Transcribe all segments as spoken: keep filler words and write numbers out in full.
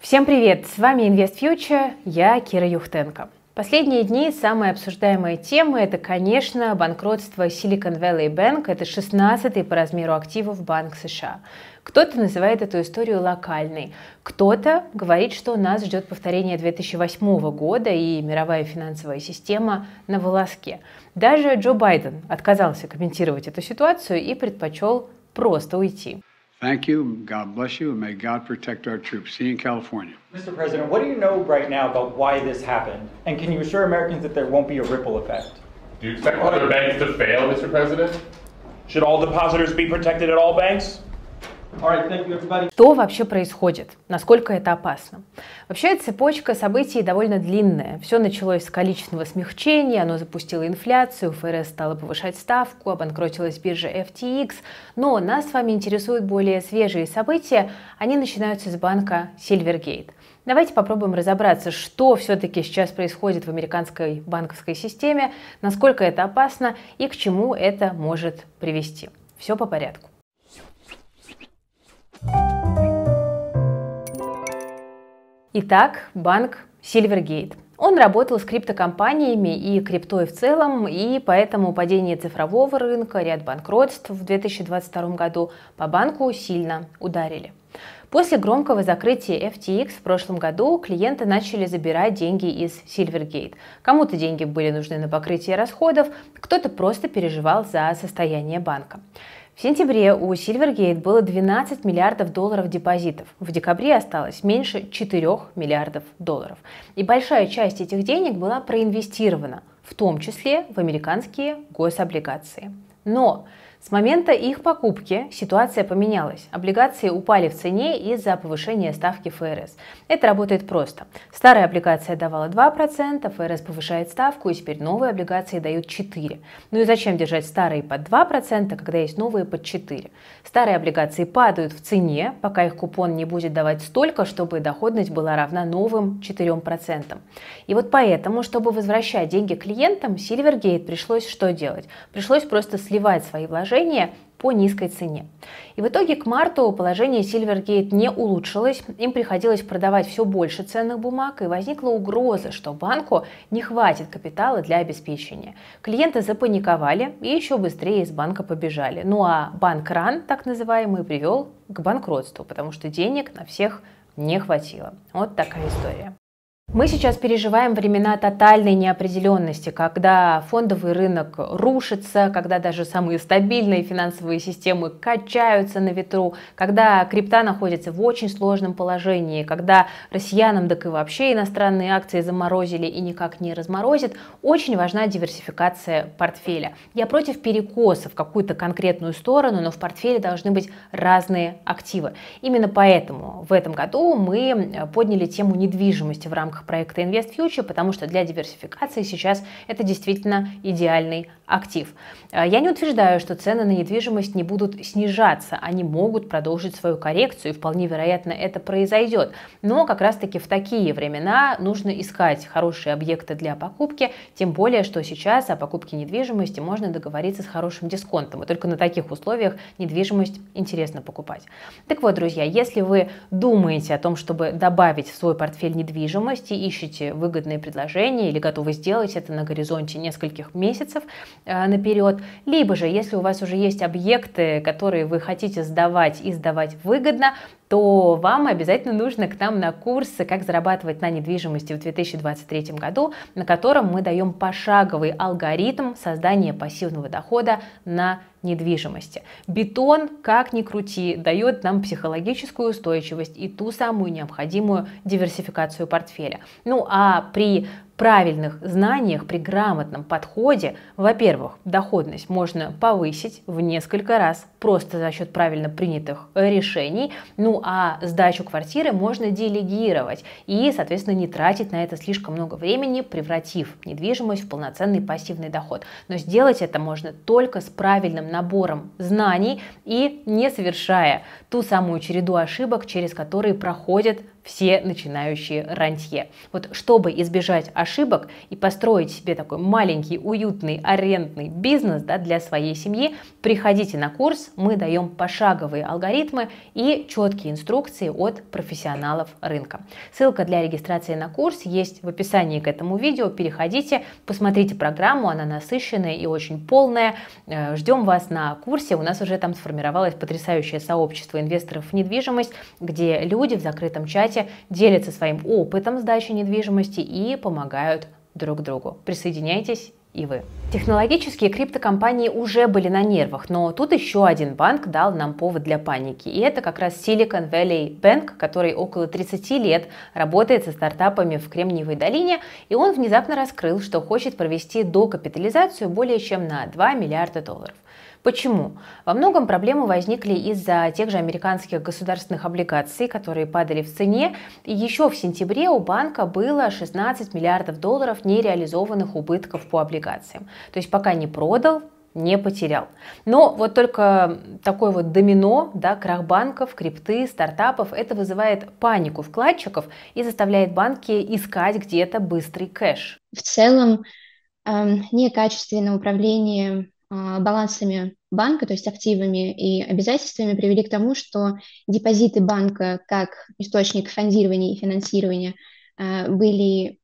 Всем привет! С вами InvestFuture, я Кира Юхтенко. Последние дни самая обсуждаемая тема – это, конечно, банкротство Silicon Valley Bank. Это шестнадцатый по размеру активов банк США. Кто-то называет эту историю локальной, кто-то говорит, что нас ждет повторение две тысячи восьмого года и мировая финансовая система на волоске. Даже Джо Байден отказался комментировать эту ситуацию и предпочел просто уйти. Thank you. God bless you, and may God protect our troops. See you in California. Mister President, what do you know right now about why this happened? And can you assure Americans that there won't be a ripple effect? Do you expect other banks to fail, Mister President? Should all depositors be protected at all banks? All right, thank you, everybody. Что вообще происходит? Насколько это опасно? Вообще, цепочка событий довольно длинная. Все началось с количественного смягчения, оно запустило инфляцию, ФРС стала повышать ставку, обанкротилась биржа эф ти экс. Но нас с вами интересуют более свежие события. Они начинаются с банка Silvergate. Давайте попробуем разобраться, что все-таки сейчас происходит в американской банковской системе, насколько это опасно и к чему это может привести. Все по порядку. Итак, банк Silvergate. Он работал с криптокомпаниями и криптой в целом, и поэтому падение цифрового рынка, ряд банкротств в две тысячи двадцать втором году по банку сильно ударили. После громкого закрытия эф ти экс в прошлом году клиенты начали забирать деньги из Silvergate. Кому-то деньги были нужны на покрытие расходов, кто-то просто переживал за состояние банка. В сентябре у Silvergate было двенадцать миллиардов долларов депозитов. В декабре осталось меньше четырёх миллиардов долларов. И большая часть этих денег была проинвестирована, в том числе в американские гособлигации. Но с момента их покупки ситуация поменялась. Облигации упали в цене из-за повышения ставки ФРС. Это работает просто. Старая облигация давала два процента, ФРС повышает ставку, и теперь новые облигации дают четыре процента. Ну и зачем держать старые под два процента, когда есть новые под четыре процента? Старые облигации падают в цене, пока их купон не будет давать столько, чтобы доходность была равна новым четырем процентам. И вот поэтому, чтобы возвращать деньги клиентам, Silvergate пришлось что делать? Пришлось просто сливать свои вложения по низкой цене. И в итоге к марту положение Silvergate не улучшилось, им приходилось продавать все больше ценных бумаг, и возникла угроза, что банку не хватит капитала для обеспечения. Клиенты запаниковали и еще быстрее из банка побежали. Ну а банк-ран, так называемый, привел к банкротству, потому что денег на всех не хватило. Вот такая история. Мы сейчас переживаем времена тотальной неопределенности, когда фондовый рынок рушится, когда даже самые стабильные финансовые системы качаются на ветру, когда крипта находится в очень сложном положении, когда россиянам, так и вообще иностранные акции заморозили и никак не разморозят. Очень важна диверсификация портфеля. Я против перекоса в какую-то конкретную сторону, но в портфеле должны быть разные активы. Именно поэтому в этом году мы подняли тему недвижимости в рамках проекта InvestFuture, потому что для диверсификации сейчас это действительно идеальный актив. Я не утверждаю, что цены на недвижимость не будут снижаться, они могут продолжить свою коррекцию, и вполне вероятно это произойдет. Но как раз-таки в такие времена нужно искать хорошие объекты для покупки, тем более, что сейчас о покупке недвижимости можно договориться с хорошим дисконтом, и только на таких условиях недвижимость интересно покупать. Так вот, друзья, если вы думаете о том, чтобы добавить в свой портфель недвижимости, ищете выгодные предложения или готовы сделать это на горизонте нескольких месяцев э, наперед, либо же, если у вас уже есть объекты, которые вы хотите сдавать и сдавать выгодно, то вам обязательно нужно к нам на курсы «Как зарабатывать на недвижимости» в две тысячи двадцать третьем году, на котором мы даем пошаговый алгоритм создания пассивного дохода на недвижимости. Бетон, как ни крути, дает нам психологическую устойчивость и ту самую необходимую диверсификацию портфеля. Ну а при правильных знаниях, при грамотном подходе, во-первых, доходность можно повысить в несколько раз просто за счет правильно принятых решений, ну а сдачу квартиры можно делегировать и, соответственно, не тратить на это слишком много времени, превратив недвижимость в полноценный пассивный доход. Но сделать это можно только с правильным набором знаний и не совершая ту самую череду ошибок, через которые проходят все начинающие рантье. Вот чтобы избежать ошибок и построить себе такой маленький, уютный, арендный бизнес, да, для своей семьи, приходите на курс, мы даем пошаговые алгоритмы и четкие инструкции от профессионалов рынка. Ссылка для регистрации на курс есть в описании к этому видео, переходите, посмотрите программу, она насыщенная и очень полная. Ждем вас на курсе, у нас уже там сформировалось потрясающее сообщество инвесторов в недвижимость, где люди в закрытом чате делятся своим опытом сдачи недвижимости и помогают друг другу. Присоединяйтесь и вы. Технологические криптокомпании уже были на нервах, но тут еще один банк дал нам повод для паники. И это как раз Silicon Valley Bank, который около тридцати лет работает со стартапами в Кремниевой долине, и он внезапно раскрыл, что хочет провести докапитализацию более чем на два миллиарда долларов. Почему? Во многом проблемы возникли из-за тех же американских государственных облигаций, которые падали в цене. И еще в сентябре у банка было шестнадцать миллиардов долларов нереализованных убытков по облигациям. То есть пока не продал, не потерял. Но вот только такой вот домино, да, крах банков, крипты, стартапов, это вызывает панику вкладчиков и заставляет банки искать где-то быстрый кэш. В целом, эм, некачественное управление балансами банка, то есть активами и обязательствами, привели к тому, что депозиты банка как источник фондирования и финансирования были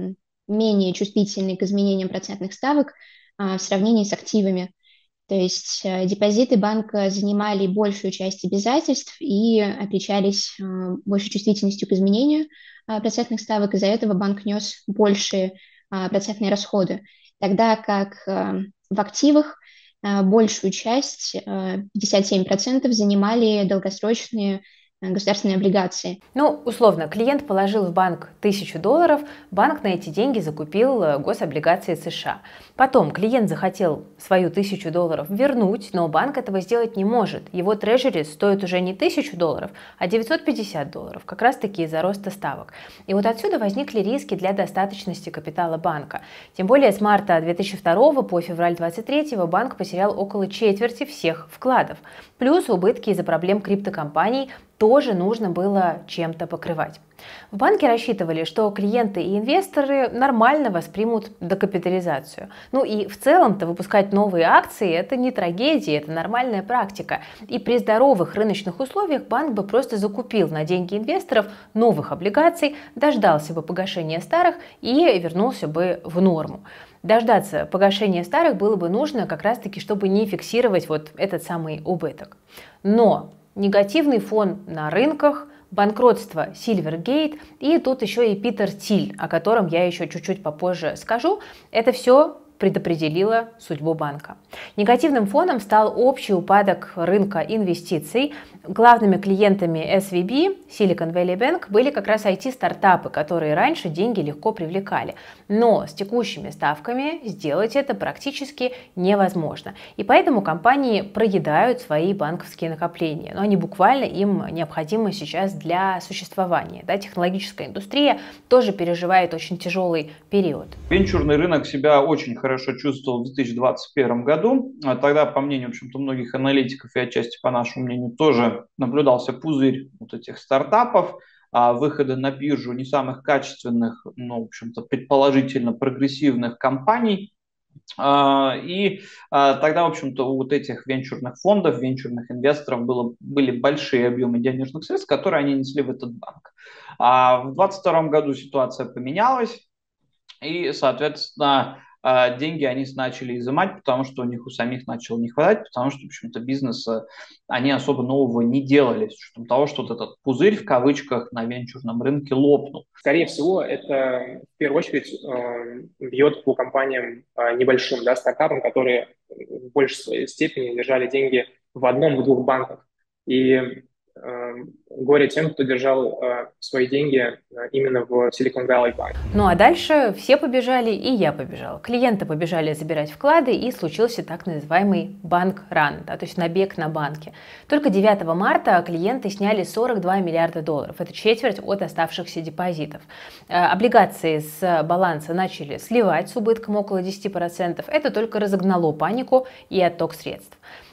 менее чувствительны к изменениям процентных ставок в сравнении с активами. То есть депозиты банка занимали большую часть обязательств и отличались большей чувствительностью к изменению процентных ставок, из-за этого банк нес большие процентные расходы. Тогда как в активах большую часть, пятьдесят семь процентов, занимали долгосрочные государственные облигации. Ну, условно, клиент положил в банк тысячу долларов, банк на эти деньги закупил гособлигации США. Потом клиент захотел свою тысячу долларов вернуть, но банк этого сделать не может. Его трежери стоит уже не тысячу долларов, а девятьсот пятьдесят долларов, как раз-таки из-за роста ставок. И вот отсюда возникли риски для достаточности капитала банка. Тем более с марта две тысячи второго по февраль две тысячи двадцать третьего банк потерял около четверти всех вкладов. Плюс убытки из-за проблем криптокомпаний тоже нужно было чем-то покрывать. В банке рассчитывали, что клиенты и инвесторы нормально воспримут докапитализацию. Ну и в целом-то выпускать новые акции – это не трагедия, это нормальная практика. И при здоровых рыночных условиях банк бы просто закупил на деньги инвесторов новых облигаций, дождался бы погашения старых и вернулся бы в норму. Дождаться погашения старых было бы нужно как раз-таки, чтобы не фиксировать вот этот самый убыток. Но негативный фон на рынках, банкротство Silvergate и тут еще и Питер Тиль, о котором я еще чуть-чуть попозже скажу, это все предопределило судьбу банка. Негативным фоном стал общий упадок рынка инвестиций. Главными клиентами эс ви би, Silicon Valley Bank, были как раз ай ти-стартапы, которые раньше деньги легко привлекали. Но с текущими ставками сделать это практически невозможно. И поэтому компании проедают свои банковские накопления. Но они буквально им необходимы сейчас для существования. Да, технологическая индустрия тоже переживает очень тяжелый период. Венчурный рынок себя очень хорошо чувствовал в две тысячи двадцать первом году. Тогда, по мнению, в общем-то, многих аналитиков и отчасти по нашему мнению, тоже наблюдался пузырь вот этих стартапов, выхода на биржу не самых качественных, но, в общем-то, предположительно прогрессивных компаний. И тогда, в общем-то, у вот этих венчурных фондов, венчурных инвесторов было, были большие объемы денежных средств, которые они несли в этот банк. А в две тысячи двадцать втором году ситуация поменялась, и, соответственно, деньги они начали изымать, потому что у них у самих начало не хватать, потому что, в общем-то, бизнес они особо нового не делали, с учетом того, что вот этот пузырь, в кавычках, на венчурном рынке лопнул. Скорее всего, это в первую очередь бьет по компаниям небольшим, да, стартапам, которые в большей своей степени держали деньги в одном-двух банках. И горе тем, кто держал э, свои деньги э, именно в Silicon Valley Bank. Ну а дальше все побежали, и я побежал. Клиенты побежали забирать вклады, и случился так называемый банк-ран, да, то есть набег на банки. Только девятого марта клиенты сняли сорок два миллиарда долларов. Это четверть от оставшихся депозитов. Э, облигации с баланса начали сливать с убытком около десяти процентов. Это только разогнало панику и отток средств.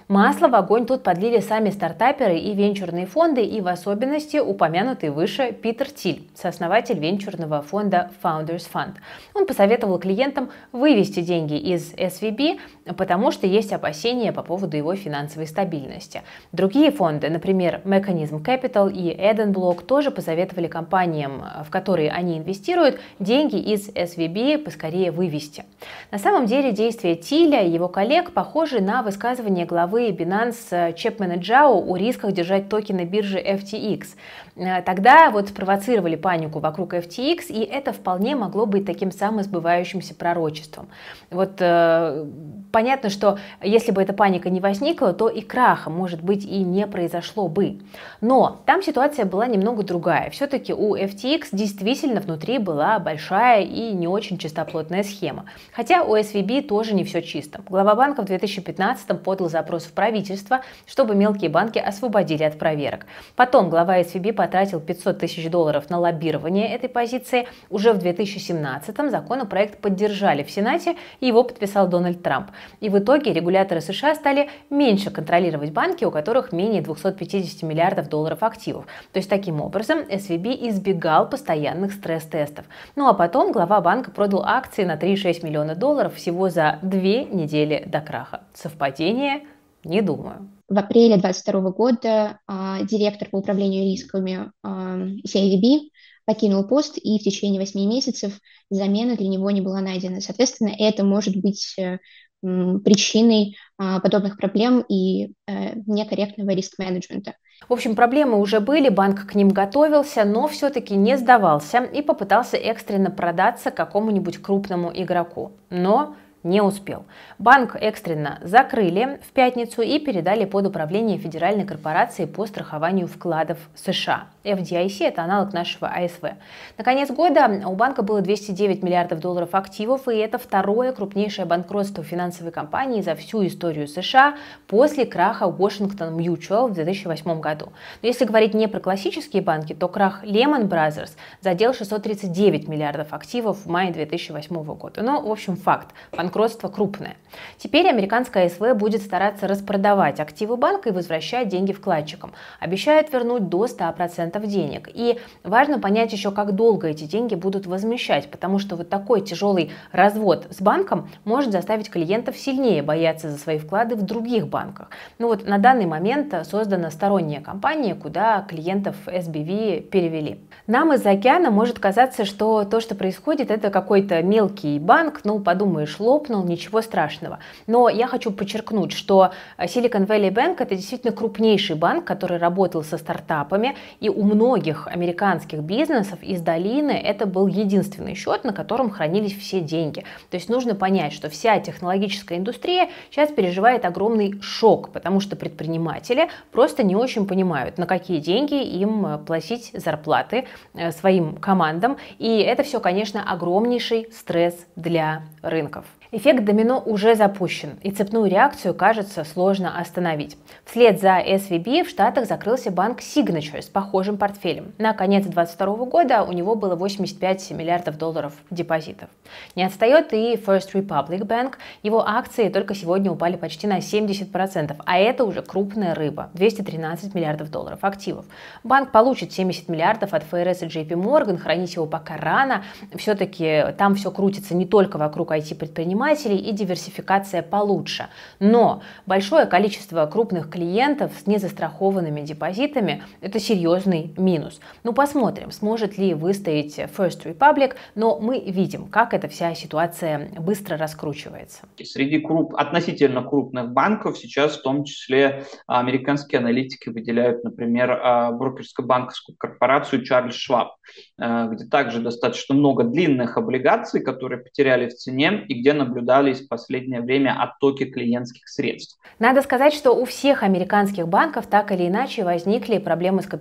Масло в огонь тут подлили сами стартаперы и венчурные фонды, и в особенности упомянутый выше Питер Тиль, сооснователь венчурного фонда Founders Fund. Он посоветовал клиентам вывести деньги из эс ви би, потому что есть опасения по поводу его финансовой стабильности. Другие фонды, например, Mechanism Capital и Edenblock, тоже посоветовали компаниям, в которые они инвестируют, деньги из эс ви би поскорее вывести. На самом деле действия Тиля и его коллег похожи на высказывание главы Binance Чепмена Джао о рисках держать токены биржи эф ти экс. Тогда вот спровоцировали панику вокруг эф ти экс, и это вполне могло быть таким самосбывающимся пророчеством. Вот э, понятно, что если бы эта паника не возникла, то и краха, может быть, и не произошло бы. Но там ситуация была немного другая. Все-таки у эф ти экс действительно внутри была большая и не очень чистоплотная схема. Хотя у эс ви би тоже не все чисто. Глава банка в две тысячи пятнадцатом подал запрос в правительство, чтобы мелкие банки освободили от проверок. Потом глава эс ви би потратил пятьсот тысяч долларов на лоббирование этой позиции. Уже в две тысячи семнадцатом законопроект поддержали в Сенате, и его подписал Дональд Трамп. И в итоге регуляторы США стали меньше контролировать банки, у которых менее двухсот пятидесяти миллиардов долларов активов. То есть таким образом эс ви би избегал постоянных стресс-тестов. Ну а потом глава банка продал акции на три целых шесть десятых миллиона долларов всего за две недели до краха. Совпадение? Не думаю. В апреле две тысячи двадцать второго года а, директор по управлению рисками а, си ай ви би покинул пост, и в течение восьми месяцев замена для него не была найдена. Соответственно, это может быть э, м, причиной а, подобных проблем и э, некорректного риск-менеджмента. В общем, проблемы уже были, банк к ним готовился, но все-таки не сдавался и попытался экстренно продаться какому-нибудь крупному игроку. Но не успел. Банк экстренно закрыли в пятницу и передали под управление Федеральной корпорации по страхованию вкладов США. эф ди ай си – это аналог нашего а эс вэ. На конец года у банка было двести девять миллиардов долларов активов, и это второе крупнейшее банкротство финансовой компании за всю историю США после краха Washington Mutual в две тысячи восьмом году. Но если говорить не про классические банки, то крах Lehman Brothers задел шестьсот тридцать девять миллиардов активов в мае две тысячи восьмого года. Ну, в общем, факт. Банкротство крупное. Теперь американская а эс вэ будет стараться распродавать активы банка и возвращать деньги вкладчикам. Обещают вернуть до ста процентов денег. И важно понять еще, как долго эти деньги будут возмещать, потому что вот такой тяжелый развод с банком может заставить клиентов сильнее бояться за свои вклады в других банках. Ну вот на данный момент создана сторонняя компания, куда клиентов эс би ви перевели. Нам из-за океана может казаться, что то, что происходит, это какой-то мелкий банк, ну подумаешь, лопнул, ничего страшного. Но я хочу подчеркнуть, что Silicon Valley Bank – это действительно крупнейший банк, который работал со стартапами, и у многих американских бизнесов из долины это был единственный счет, на котором хранились все деньги. То есть нужно понять, что вся технологическая индустрия сейчас переживает огромный шок, потому что предприниматели просто не очень понимают, на какие деньги им платить зарплаты своим командам. И это все, конечно, огромнейший стресс для рынков. Эффект домино уже запущен, и цепную реакцию, кажется, сложно остановить. Вслед за эс ви би в Штатах закрылся банк Signature с похожим портфелем. На конец две тысячи двадцать второго года у него было восемьдесят пять миллиардов долларов депозитов. Не отстает и First Republic Bank. Его акции только сегодня упали почти на семьдесят процентов, а это уже крупная рыба – двести тринадцать миллиардов долларов активов. Банк получит семьдесят миллиардов от эф эр эс и джей пи Morgan, хранить его пока рано. Все-таки там все крутится не только вокруг ай ти-предпринимателей, и диверсификация получше. Но большое количество крупных клиентов с незастрахованными депозитами – это серьезный минус. Ну, посмотрим, сможет ли выстоять First Republic, но мы видим, как эта вся ситуация быстро раскручивается. Среди круп, относительно крупных банков сейчас в том числе американские аналитики выделяют, например, брокерско-банковскую корпорацию Charles Schwab, где также достаточно много длинных облигаций, которые потеряли в цене и где наблюдались в последнее время оттоки клиентских средств. Надо сказать, что у всех американских банков так или иначе возникли проблемы с капиталом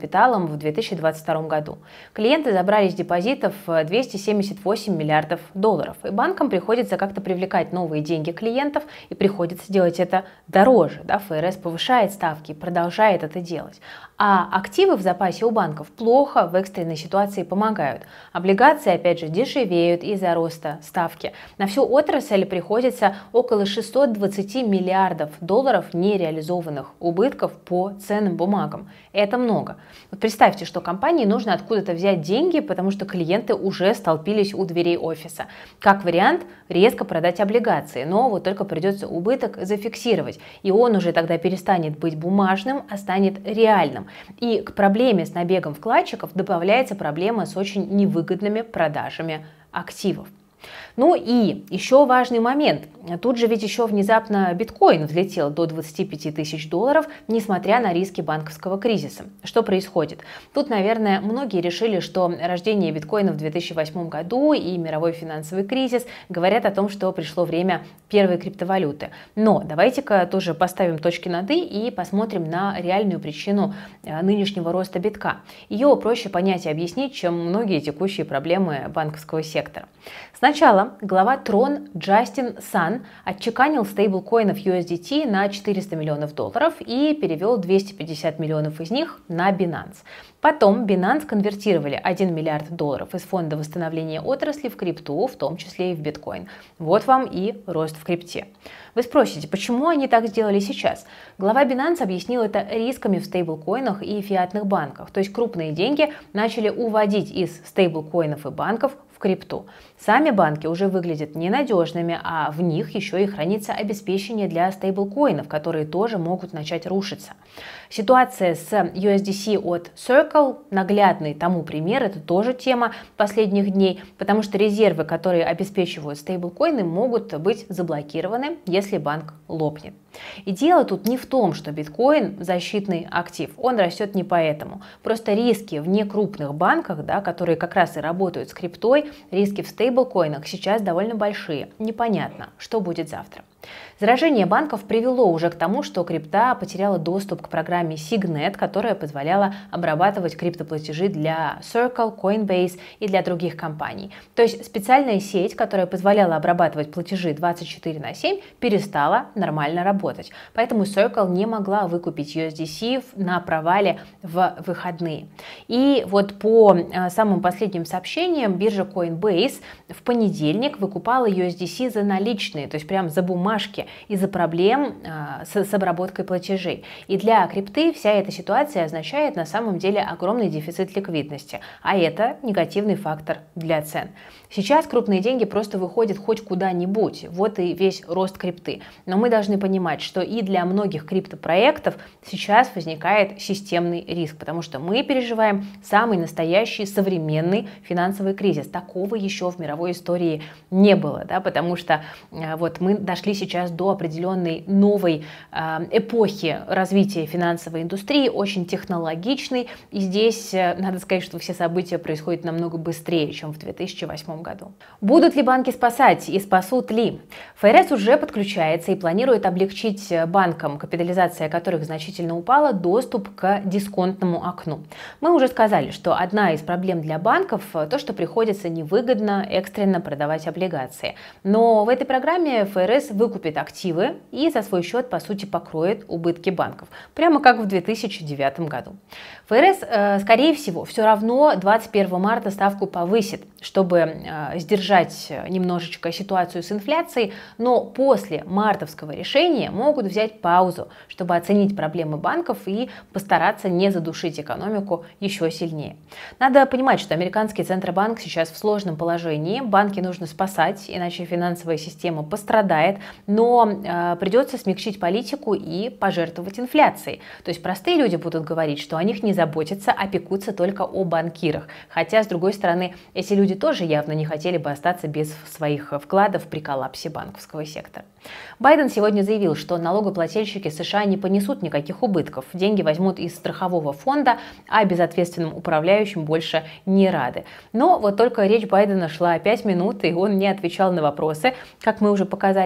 в две тысячи двадцать втором году. Клиенты забрали с депозитов двести семьдесят восемь миллиардов долларов, и банкам приходится как-то привлекать новые деньги клиентов, и приходится делать это дороже. Да? ФРС повышает ставки и продолжает это делать. А активы в запасе у банков плохо в экстренной ситуации помогают. Облигации, опять же, дешевеют из-за роста ставки. На всю отрасль приходится около шестьсот двадцати миллиардов долларов нереализованных убытков по ценным бумагам. Это много. Вот представьте, что компании нужно откуда-то взять деньги, потому что клиенты уже столпились у дверей офиса. Как вариант, резко продать облигации, но вот только придется убыток зафиксировать, и он уже тогда перестанет быть бумажным, а станет реальным. И к проблеме с набегом вкладчиков добавляется проблема с очень невыгодными продажами активов. Ну и еще важный момент. Тут же ведь еще внезапно биткоин взлетел до двадцати пяти тысяч долларов, несмотря на риски банковского кризиса. Что происходит? Тут, наверное, многие решили, что рождение биткоина в две тысячи восьмом году и мировой финансовый кризис говорят о том, что пришло время первой криптовалюты. Но давайте-ка тоже поставим точки над «и» и посмотрим на реальную причину нынешнего роста битка. Ее проще понять и объяснить, чем многие текущие проблемы банковского сектора. Сначала глава Трон Джастин Сан отчеканил стейблкоинов ю эс ди ти на четыреста миллионов долларов и перевел двести пятьдесят миллионов из них на Binance. Потом Binance конвертировали один миллиард долларов из фонда восстановления отрасли в крипту, в том числе и в биткоин. Вот вам и рост в крипте. Вы спросите, почему они так сделали сейчас? Глава Binance объяснил это рисками в стейблкоинах и фиатных банках. То есть крупные деньги начали уводить из стейблкоинов и банков в крипту. Сами банки уже выглядят ненадежными, а в них еще и хранится обеспечение для стейблкоинов, которые тоже могут начать рушиться. Ситуация с ю эс ди си от Circle, наглядный тому пример, это тоже тема последних дней, потому что резервы, которые обеспечивают стейблкоины, могут быть заблокированы, если банк лопнет. И дело тут не в том, что биткоин защитный актив, он растет не поэтому. Просто риски в некрупных банках, да, которые как раз и работают с криптой, риски в стейблкоинах сейчас довольно большие. Непонятно, что будет завтра. Заражение банков привело уже к тому, что крипта потеряла доступ к программе Signet, которая позволяла обрабатывать криптоплатежи для Circle, Coinbase и для других компаний. То есть специальная сеть, которая позволяла обрабатывать платежи двадцать четыре на семь, перестала нормально работать. Поэтому Circle не могла выкупить ю эс ди си на провале в выходные. И вот по самым последним сообщениям биржа Coinbase в понедельник выкупала ю эс ди си за наличные, то есть прям за бумажки, из-за проблем э, с, с обработкой платежей. И для крипты вся эта ситуация означает на самом деле огромный дефицит ликвидности, а это негативный фактор для цен. Сейчас крупные деньги просто выходят хоть куда-нибудь, вот и весь рост крипты. Но мы должны понимать, что и для многих криптопроектов сейчас возникает системный риск, потому что мы переживаем самый настоящий современный финансовый кризис. Такого еще в мировой истории не было, да, потому что э, вот мы дошли сейчас до определенной новой э, эпохи развития финансовой индустрии, очень технологичной, и здесь э, надо сказать, что все события происходят намного быстрее, чем в две тысячи восьмом году. Будут ли банки спасать и спасут ли? ФРС уже подключается и планирует облегчить банкам, капитализация которых значительно упала, доступ к дисконтному окну. Мы уже сказали, что одна из проблем для банков то, что приходится невыгодно экстренно продавать облигации. Но в этой программе ФРС выкупит активы и за свой счет, по сути, покроет убытки банков. Прямо как в две тысячи девятом году. ФРС, э, скорее всего, все равно двадцать первого марта ставку повысит, чтобы э, сдержать немножечко ситуацию с инфляцией, но после мартовского решения могут взять паузу, чтобы оценить проблемы банков и постараться не задушить экономику еще сильнее. Надо понимать, что американский Центробанк сейчас в сложном положении, банки нужно спасать, иначе финансовая система пострадает, но э, придется смягчить политику и пожертвовать инфляцией. То есть простые люди будут говорить, что о них не заботятся, а пекутся только о банкирах. Хотя, с другой стороны, эти люди тоже явно не хотели бы остаться без своих вкладов при коллапсе банковского сектора. Байден сегодня заявил, что налогоплательщики США не понесут никаких убытков. Деньги возьмут из страхового фонда, а безответственным управляющим больше не рады. Но вот только речь Байдена шла пять минут, и он не отвечал на вопросы. Как мы уже показали вам в самом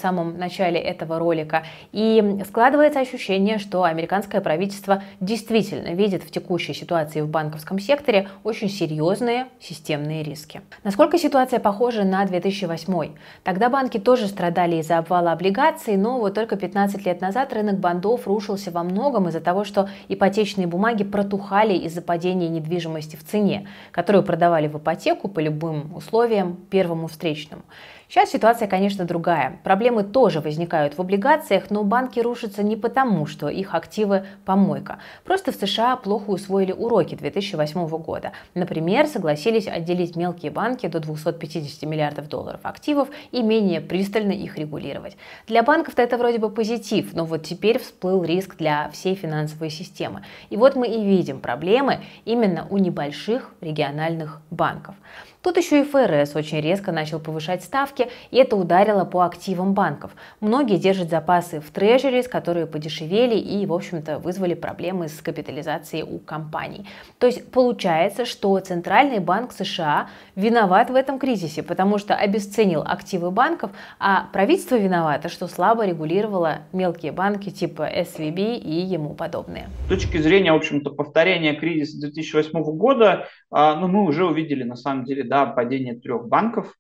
самом начале этого ролика. И складывается ощущение, что американское правительство действительно видит в текущей ситуации в банковском секторе очень серьезные системные риски. Насколько ситуация похожа на две тысячи восьмой? Тогда банки тоже страдали из-за обвала облигаций, но вот только пятнадцать лет назад рынок бандов рушился во многом из-за того, что ипотечные бумаги протухали из-за падения недвижимости в цене, которую продавали в ипотеку по любым условиям первому встречному. Сейчас ситуация, конечно, другая. Проблемы тоже возникают в облигациях, но банки рушатся не потому, что их активы помойка. Просто в США плохо усвоили уроки две тысячи восьмого года. Например, согласились отделить мелкие банки до двухсот пятидесяти миллиардов долларов активов и менее пристально их регулировать. Для банков-то это вроде бы позитив, но вот теперь всплыл риск для всей финансовой системы. И вот мы и видим проблемы именно у небольших региональных банков. Тут еще и эф эр эс очень резко начал повышать ставки, и это ударило по активам банков. Многие держат запасы в трежерис, которые подешевели и, в общем-то, вызвали проблемы с капитализацией у компаний. То есть получается, что Центральный банк США виноват в этом кризисе, потому что обесценил активы банков, а правительство виновато, что слабо регулировало мелкие банки типа эс ви би и ему подобные. С точки зрения, в общем-то, повторения кризиса две тысячи восьмого года, ну, мы уже увидели, на самом деле, да, падение трех банков.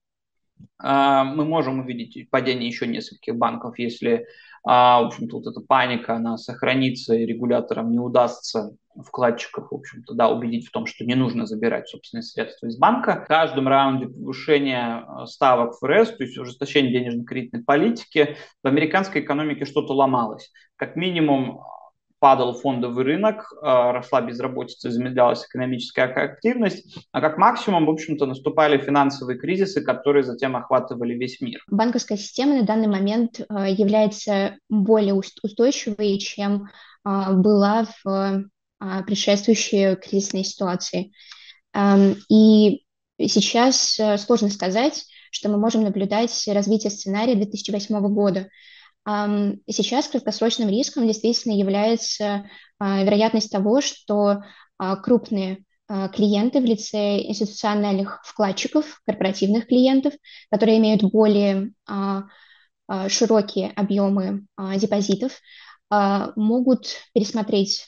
Мы можем увидеть падение еще нескольких банков, если, в общем-то, вот эта паника, она сохранится и регуляторам не удастся вкладчиков, в общем-то, да, убедить в том, что не нужно забирать собственные средства из банка. В каждом раунде повышения ставок эф эр эс, то есть ужесточения денежно-кредитной политики, в американской экономике что-то ломалось. Как минимум, падал фондовый рынок, росла безработица, замедлялась экономическая активность, а как максимум, в общем-то, наступали финансовые кризисы, которые затем охватывали весь мир. Банковская система на данный момент является более устойчивой, чем была в предшествующей кризисной ситуации. И сейчас сложно сказать, что мы можем наблюдать развитие сценария две тысячи восьмого года. Сейчас краткосрочным риском действительно является вероятность того, что крупные клиенты в лице институциональных вкладчиков, корпоративных клиентов, которые имеют более широкие объемы депозитов, могут пересмотреть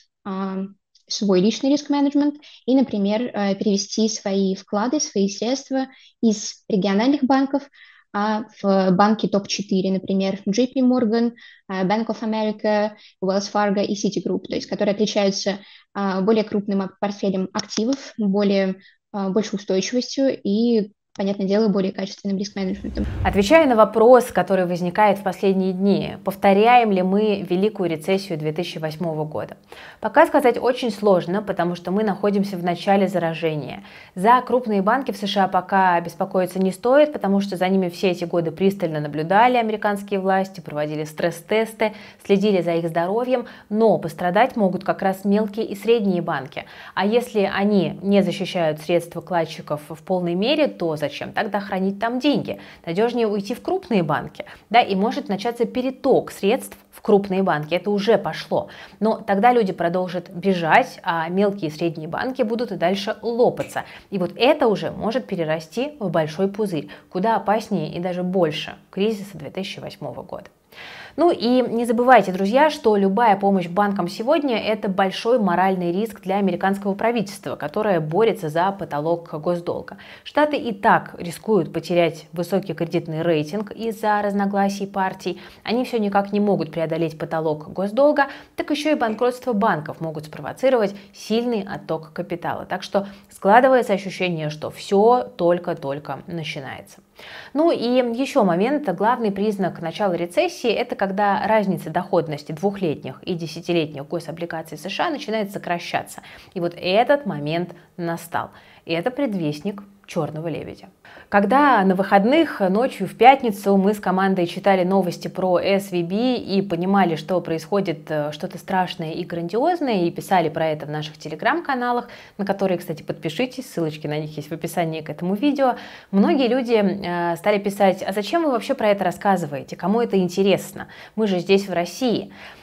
свой личный риск-менеджмент и, например, перевести свои вклады, свои средства из региональных банков а в банки топ четыре, например, джей пи Morgan, Bank of America, Wells Fargo и Citigroup, то есть которые отличаются более крупным портфелем активов, более, большей устойчивостью и, понятное дело, более качественным риск-менеджментом. Отвечая на вопрос, который возникает в последние дни, повторяем ли мы великую рецессию две тысячи восьмого года? Пока сказать очень сложно, потому что мы находимся в начале заражения. За крупные банки в США пока беспокоиться не стоит, потому что за ними все эти годы пристально наблюдали американские власти, проводили стресс-тесты, следили за их здоровьем, но пострадать могут как раз мелкие и средние банки. А если они не защищают средства вкладчиков в полной мере, то зачем тогда хранить там деньги? Надежнее уйти в крупные банки, да, и может начаться переток средств в крупные банки. Это уже пошло. Но тогда люди продолжат бежать, а мелкие и средние банки будут и дальше лопаться. И вот это уже может перерасти в большой пузырь, куда опаснее и даже больше кризиса две тысячи восьмого года. Ну и не забывайте, друзья, что любая помощь банкам сегодня – это большой моральный риск для американского правительства, которое борется за потолок госдолга. Штаты и так рискуют потерять высокий кредитный рейтинг из-за разногласий партий. Они все никак не могут преодолеть потолок госдолга, так еще и банкротство банков могут спровоцировать сильный отток капитала. Так что складывается ощущение, что все только-только начинается. Ну и еще момент, главный признак начала рецессии – это когда разница доходности двухлетних и десятилетних гособлигаций США начинает сокращаться. И вот этот момент настал. И это предвестник черного лебедя. Когда на выходных ночью в пятницу мы с командой читали новости про эс ви би и понимали, что происходит что-то страшное и грандиозное, и писали про это в наших телеграм-каналах, на которые, кстати, подпишитесь, ссылочки на них есть в описании к этому видео, многие люди э, стали писать: а зачем вы вообще про это рассказываете, кому это интересно, мы же здесь в России.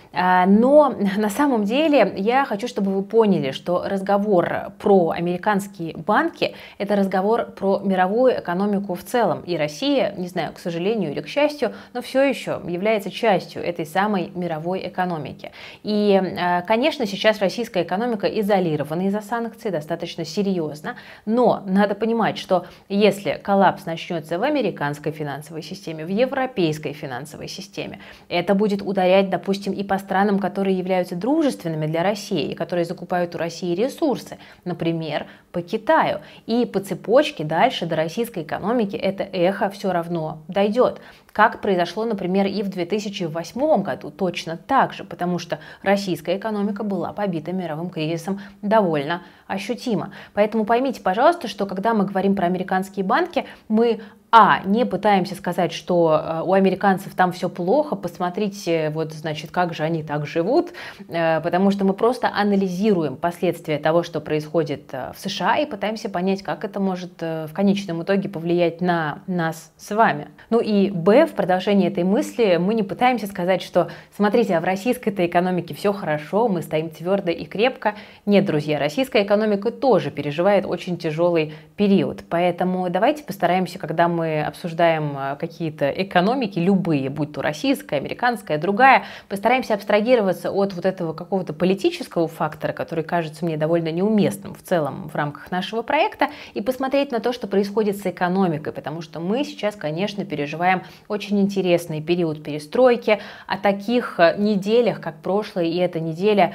Но на самом деле я хочу, чтобы вы поняли, что разговор про американские банки – это разговор про мировую экономику в целом. И Россия, не знаю, к сожалению или к счастью, но все еще является частью этой самой мировой экономики. И, конечно, сейчас российская экономика изолирована из-за санкций достаточно серьезно, но надо понимать, что если коллапс начнется в американской финансовой системе, в европейской финансовой системе, это будет ударять, допустим, и по странам, которые являются дружественными для России, и которые закупают у России ресурсы, например, по Китаю. И по цепочке дальше до российской экономики это эхо все равно дойдет. Как произошло, например, и в две тысячи восьмом году, точно так же, потому что российская экономика была побита мировым кризисом довольно ощутимо. Поэтому поймите, пожалуйста, что когда мы говорим про американские банки, мы А, не пытаемся сказать, что у американцев там все плохо, посмотрите, вот, значит, как же они так живут, потому что мы просто анализируем последствия того, что происходит в США, и пытаемся понять, как это может в конечном итоге повлиять на нас с вами. Ну и Б, в продолжении этой мысли мы не пытаемся сказать, что, смотрите, а в российской-то экономике все хорошо, мы стоим твердо и крепко. Нет, друзья, российская экономика тоже переживает очень тяжелый период, поэтому давайте постараемся, когда мы мы обсуждаем какие-то экономики, любые, будь то российская, американская, другая, постараемся абстрагироваться от вот этого какого-то политического фактора, который кажется мне довольно неуместным в целом в рамках нашего проекта, и посмотреть на то, что происходит с экономикой, потому что мы сейчас, конечно, переживаем очень интересный период перестройки. О таких неделях, как прошлая и эта неделя,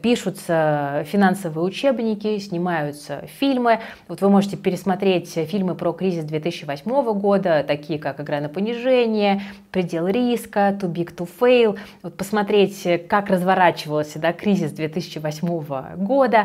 пишутся финансовые учебники, снимаются фильмы. Вот вы можете пересмотреть фильмы про кризис две тысячи восьмого года, такие как «Игра на понижение», «Предел риска», «Too big to fail», вот посмотреть, как разворачивался, да, кризис две тысячи восьмого года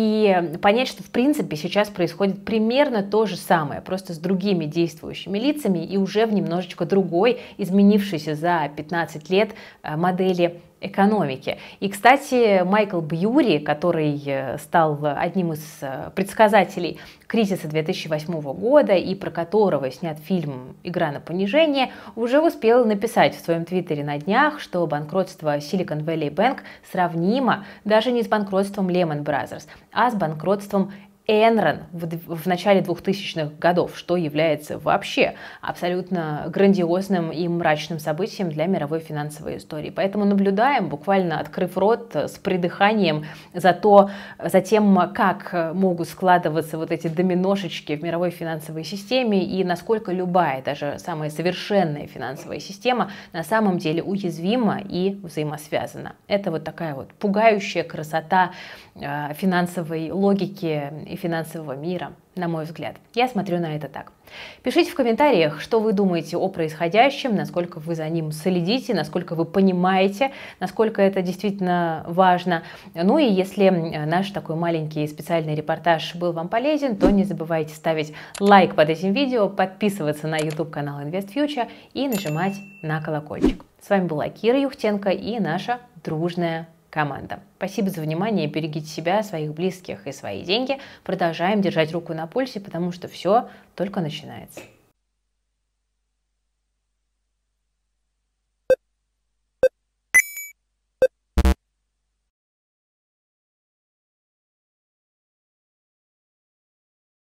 и понять, что в принципе сейчас происходит примерно то же самое, просто с другими действующими лицами и уже в немножечко другой, изменившейся за пятнадцать лет модели экономики. И, кстати, Майкл Бьюри, который стал одним из предсказателей кризиса две тысячи восьмого года и про которого снят фильм «Игра на понижение», уже успел написать в своем твиттере на днях, что банкротство Silicon Valley Bank сравнимо даже не с банкротством Lehman Brothers, а с банкротством Enron в, в начале двухтысячных годов, что является вообще абсолютно грандиозным и мрачным событием для мировой финансовой истории. Поэтому наблюдаем, буквально открыв рот с придыханием за, то, за тем, как могут складываться вот эти доминошечки в мировой финансовой системе и насколько любая, даже самая совершенная финансовая система на самом деле уязвима и взаимосвязана. Это вот такая вот пугающая красота э, финансовой логики и финансового мира, на мой взгляд. Я смотрю на это так. Пишите в комментариях, что вы думаете о происходящем, насколько вы за ним следите, насколько вы понимаете, насколько это действительно важно. Ну и если наш такой маленький специальный репортаж был вам полезен, то не забывайте ставить лайк под этим видео, подписываться на YouTube-канал InvestFuture и нажимать на колокольчик. С вами была Кира Юхтенко и наша дружная команда. Спасибо за внимание, берегите себя, своих близких и свои деньги. Продолжаем держать руку на пульсе, потому что все только начинается.